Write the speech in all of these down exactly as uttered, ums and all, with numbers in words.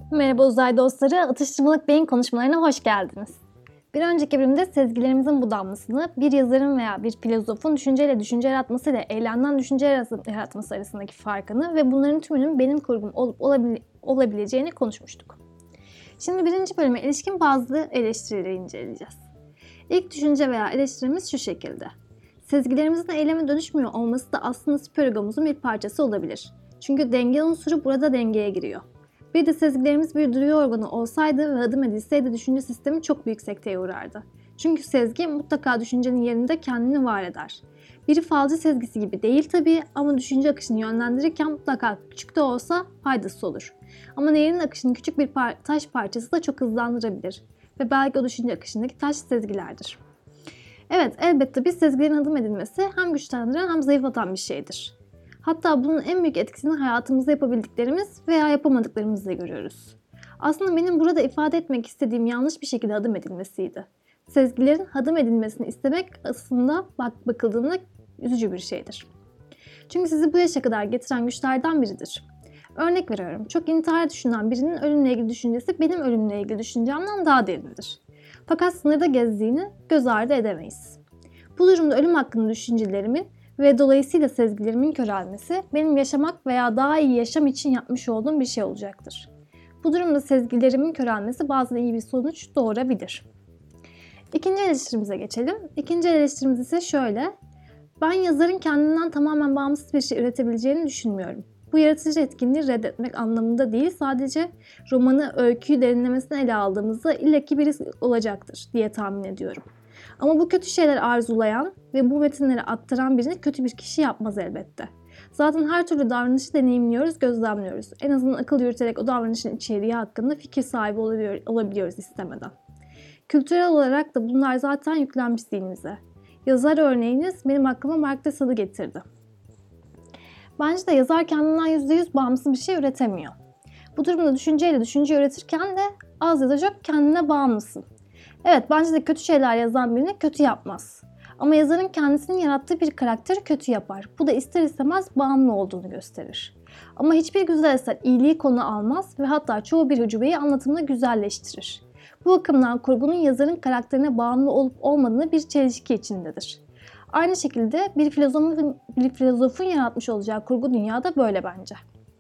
Merhaba uzay dostları, atıştırmalık beyin konuşmalarına hoş geldiniz. Bir önceki bölümde sezgilerimizin budanmasını, bir yazarın veya bir filozofun düşünceyle düşünce yaratması ile eylemden düşünce yaratması arasındaki farkını ve bunların tümünün benim kurgum olup olabile- olabileceğini konuşmuştuk. Şimdi birinci bölüme ilişkin bazı eleştirileri inceleyeceğiz. İlk düşünce veya eleştirimiz şu şekilde. Sezgilerimizin eyleme dönüşmüyor olması da aslında süperegomuzun bir parçası olabilir. Çünkü denge unsuru burada dengeye giriyor. Bir de sezgilerimiz bir duyu organı olsaydı ve adım edilseydi düşünce sistemi çok büyük sekteye uğrardı. Çünkü sezgi mutlaka düşüncenin yerinde kendini var eder. Biri falcı sezgisi gibi değil tabii ama düşünce akışını yönlendirirken mutlaka küçük de olsa faydası olur. Ama nehrin akışını küçük bir par- taş parçası da çok hızlandırabilir. Ve belki o düşünce akışındaki taş sezgilerdir. Evet, elbette biz sezgilerin adım edilmesi hem güçlendiren hem zayıflatan bir şeydir. Hatta bunun en büyük etkisini hayatımızda yapabildiklerimiz veya yapamadıklarımızla görüyoruz. Aslında benim burada ifade etmek istediğim yanlış bir şekilde adım edilmesiydi. Sezgilerin adım edilmesini istemek aslında bak bakıldığında üzücü bir şeydir. Çünkü sizi bu yaşa kadar getiren güçlerden biridir. Örnek veriyorum, çok intihar düşünen birinin ölümle ilgili düşüncesi benim ölümle ilgili düşüncemden daha derindir. Fakat sınırda gezdiğini göz ardı edemeyiz. Bu durumda ölüm hakkında düşüncelerimin ve dolayısıyla sezgilerimin körelmesi benim yaşamak veya daha iyi yaşam için yapmış olduğum bir şey olacaktır. Bu durumda sezgilerimin körelmesi bazen iyi bir sonuç doğurabilir. İkinci eleştirimize geçelim. İkinci eleştirimiz ise şöyle. Ben yazarın kendinden tamamen bağımsız bir şey üretebileceğini düşünmüyorum. Bu yaratıcı etkinliği reddetmek anlamında değil, sadece romanı, öyküyü derinlemesine ele aldığımızda illaki birisi olacaktır diye tahmin ediyorum. Ama bu kötü şeyler arzulayan ve bu metinleri aktaran birini kötü bir kişi yapmaz elbette. Zaten her türlü davranışı deneyimliyoruz, gözlemliyoruz. En azından akıl yürüterek o davranışın içeriği hakkında fikir sahibi olabiliyoruz istemeden. Kültürel olarak da bunlar zaten yüklenmiş zihnimize. Yazar örneğiniz benim aklıma Mark de Sade'ı getirdi. Bence de yazar kendinden yüzde yüz bağımsız bir şey üretemiyor. Bu durumda düşünceyle düşünce üretirken de az ya da çok kendine bağımlısın. Evet, bence de kötü şeyler yazan birini kötü yapmaz. Ama yazarın kendisinin yarattığı bir karakteri kötü yapar. Bu da ister istemez bağımlı olduğunu gösterir. Ama hiçbir güzel eser iyiliği konu almaz ve hatta çoğu bir ucubeyi anlatımını güzelleştirir. Bu bakımdan kurgunun yazarın karakterine bağımlı olup olmadığını bir çelişki içindedir. Aynı şekilde bir filozofun, bir filozofun yaratmış olacağı kurgu dünyada böyle bence.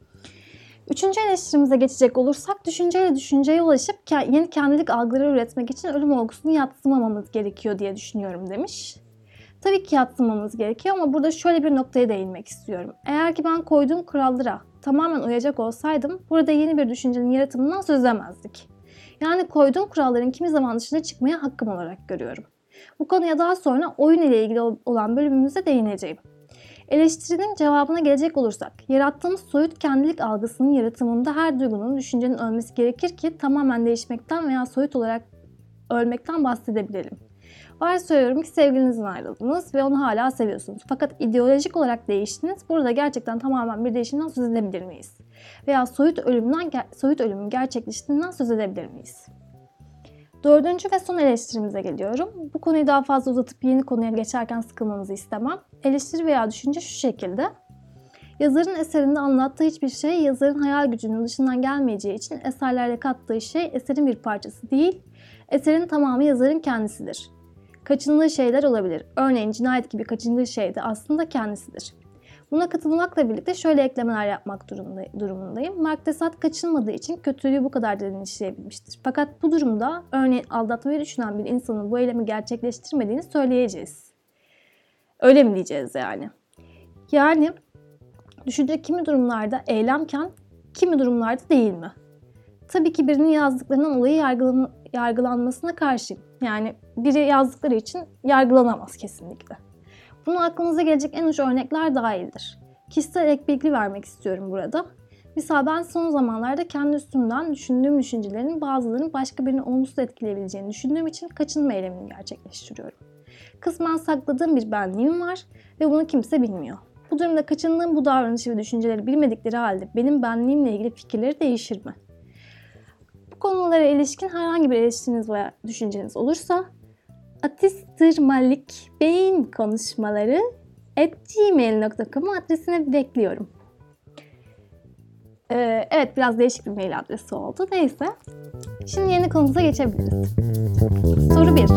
Üçüncü eleştirimize geçecek olursak düşünceyle düşünceye ulaşıp yeni kendilik algıları üretmek için ölüm olgusunu yadsımamamız gerekiyor diye düşünüyorum demiş. Tabii ki yadsımamamız gerekiyor ama burada şöyle bir noktaya değinmek istiyorum. Eğer ki ben koyduğum kurallara tamamen uyacak olsaydım burada yeni bir düşüncenin yaratımından söz edemezdik. Yani koyduğum kuralların kimi zaman dışına çıkmaya hakkım olarak görüyorum. Bu konuya daha sonra oyun ile ilgili olan bölümümüzde değineceğim. Eleştirinin cevabına gelecek olursak, yarattığımız soyut kendilik algısının yaratımında her duygunun, düşüncenin ölmesi gerekir ki tamamen değişmekten veya soyut olarak ölmekten bahsedebilelim. Varsayıyorum ki sevgilinizden ayrıldınız ve onu hala seviyorsunuz. Fakat ideolojik olarak değiştiniz. Burada gerçekten tamamen bir değişimden söz edebilir miyiz? Veya soyut ölümden soyut ölümün gerçekleştiğinden söz edebilir miyiz? Dördüncü ve son eleştirimize geliyorum. Bu konuyu daha fazla uzatıp yeni konuya geçerken sıkılmanızı istemem. Eleştiri veya düşünce şu şekilde. Yazarın eserinde anlattığı hiçbir şey yazarın hayal gücünün dışından gelmeyeceği için eserlerde kattığı şey eserin bir parçası değil, eserin tamamı yazarın kendisidir. Kaçındığı şeyler olabilir. Örneğin cinayet gibi kaçındığı şey de aslında kendisidir. Buna katılmakla birlikte şöyle eklemeler yapmak durumundayım. Mark de Sade kaçınmadığı için kötülüğü bu kadar derin işleyebilmiştir. Fakat bu durumda örneğin aldatmayı düşünen bir insanın bu eylemi gerçekleştirmediğini söyleyeceğiz. Öyle mi diyeceğiz yani? Yani düşünce kimi durumlarda eylemken kimi durumlarda değil mi? Tabii ki birinin yazdıklarından olayı yargılan yargılanmasına karşıyım. Yani biri yazdıkları için yargılanamaz kesinlikle. Buna aklınıza gelecek en uç örnekler dahildir. Kişisel ek bilgi vermek istiyorum burada. Mesela ben son zamanlarda kendi üstümden düşündüğüm düşüncelerin bazılarının başka birini olumsuz etkileyebileceğini düşündüğüm için kaçınma eylemini gerçekleştiriyorum. Kısmen sakladığım bir benliğim var ve bunu kimse bilmiyor. Bu durumda kaçındığım bu davranışı ve düşünceleri bilmedikleri halde benim benliğimle ilgili fikirleri değişir mi? Bu konulara ilişkin herhangi bir eleştiriniz veya düşünceniz olursa atıştırmalık beyin konuşmaları at gmail nokta com adresine bekliyorum. Ee, evet, biraz değişik bir mail adresi oldu. Neyse. Şimdi yeni konumuza geçebiliriz. Soru bir.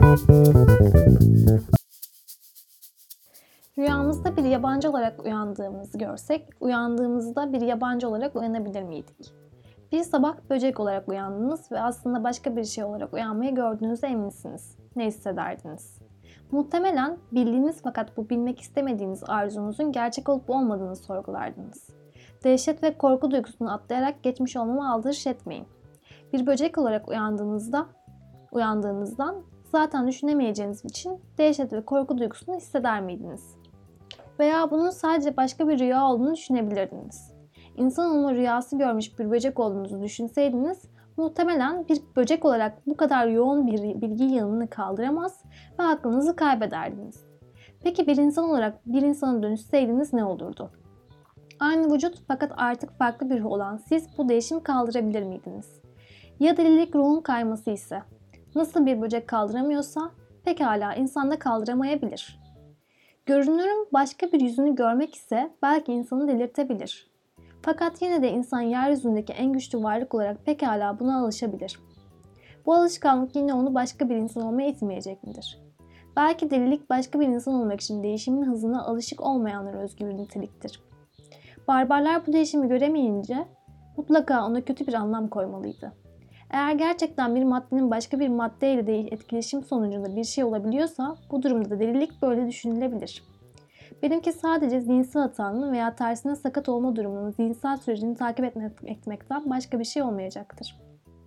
Rüyamızda bir yabancı olarak uyandığımızı görsek, uyandığımızda bir yabancı olarak uyanabilir miydik? Bir sabah böcek olarak uyandınız ve aslında başka bir şey olarak uyanmayı gördüğünüzde eminsiniz. Ne hissederdiniz? Muhtemelen bildiğiniz fakat bu bilmek istemediğiniz arzunuzun gerçek olup olmadığını sorgulardınız. Dehşet ve korku duygusunu atlayarak geçmiş olmama aldırış etmeyin. Bir böcek olarak uyandığınızda, uyandığınızdan zaten düşünemeyeceğiniz için dehşet ve korku duygusunu hisseder miydiniz? Veya bunun sadece başka bir rüya olduğunu düşünebilirdiniz. İnsan olma rüyası görmüş bir böcek olduğunuzu düşünseydiniz, muhtemelen bir böcek olarak bu kadar yoğun bir bilgi yığınını kaldıramaz ve aklınızı kaybederdiniz. Peki bir insan olarak bir insana dönüşseydiniz ne olurdu? Aynı vücut fakat artık farklı bir ruh olan siz bu değişimi kaldırabilir miydiniz? Ya delilik ruhun kayması ise? Nasıl bir böcek kaldıramıyorsa pekala insan da kaldıramayabilir. Görünürün başka bir yüzünü görmek ise belki insanı delirtebilir. Fakat yine de insan yeryüzündeki en güçlü varlık olarak pekala buna alışabilir. Bu alışkanlık yine onu başka bir insan olmaya itmeyecek midir? Belki delilik başka bir insan olmak için değişimin hızına alışık olmayanlara özgü bir niteliktir. Barbarlar bu değişimi göremeyince mutlaka ona kötü bir anlam koymalıydı. Eğer gerçekten bir maddenin başka bir maddeyle de etkileşim sonucunda bir şey olabiliyorsa bu durumda da delilik böyle düşünülebilir. Benimki sadece zihinsel hatanın veya tersine sakat olma durumunun zihinsel sürecini takip etmekten başka bir şey olmayacaktır.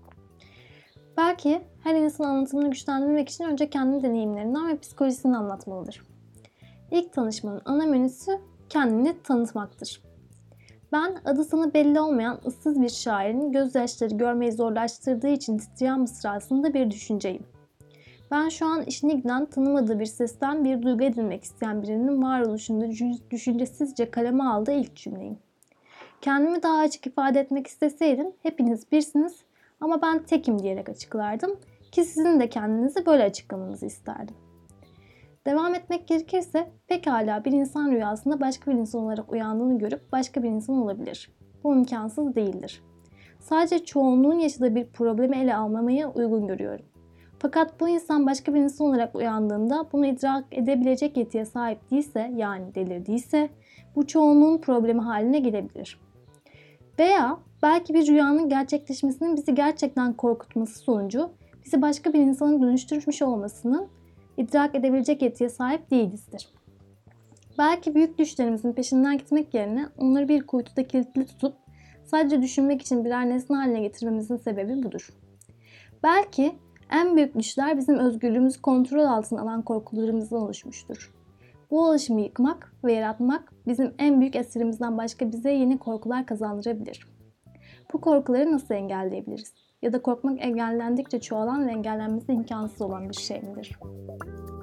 Belki her insan anlatımını güçlendirmek için önce kendi deneyimlerinden ve psikolojisini anlatmalıdır. İlk tanışmanın ana menüsü kendini tanıtmaktır. Ben adı sana belli olmayan ıssız bir şairin gözyaşları görmeyi zorlaştırdığı için titreyen mısrasında bir düşünceyim. Ben şu an işine giden tanımadığı bir sesten bir duygu edinmek isteyen birinin varoluşunda düşüncesizce kaleme aldığı ilk cümleyim. Kendimi daha açık ifade etmek isteseydim hepiniz birsiniz ama ben tekim diyerek açıklardım ki sizin de kendinizi böyle açıklamanızı isterdim. Devam etmek gerekirse pekala bir insan rüyasında başka bir insan olarak uyandığını görüp başka bir insan olabilir. Bu imkansız değildir. Sadece çoğunluğun yaşadığı bir problemi ele almamayı uygun görüyorum. Fakat bu insan başka bir insan olarak uyandığında bunu idrak edebilecek yetiye sahip değilse, yani delirdiyse, bu çoğunluğun problemi haline gelebilir. Veya belki bir rüyanın gerçekleşmesinin bizi gerçekten korkutması sonucu bizi başka bir insana dönüştürmüş olmasının idrak edebilecek yetiye sahip değilizdir. Belki büyük düşlerimizin peşinden gitmek yerine onları bir kuytuda kilitli tutup sadece düşünmek için birer nesne haline getirmemizin sebebi budur. Belki en büyük düşler bizim özgürlüğümüzü kontrol altına alan korkularımızdan oluşmuştur. Bu oluşumu yıkmak ve yaratmak bizim en büyük eserimizden başka bize yeni korkular kazandırabilir. Bu korkuları nasıl engelleyebiliriz? Ya da korkmak engellendikçe çoğalan ve engellenmesi imkansız olan bir şey midir?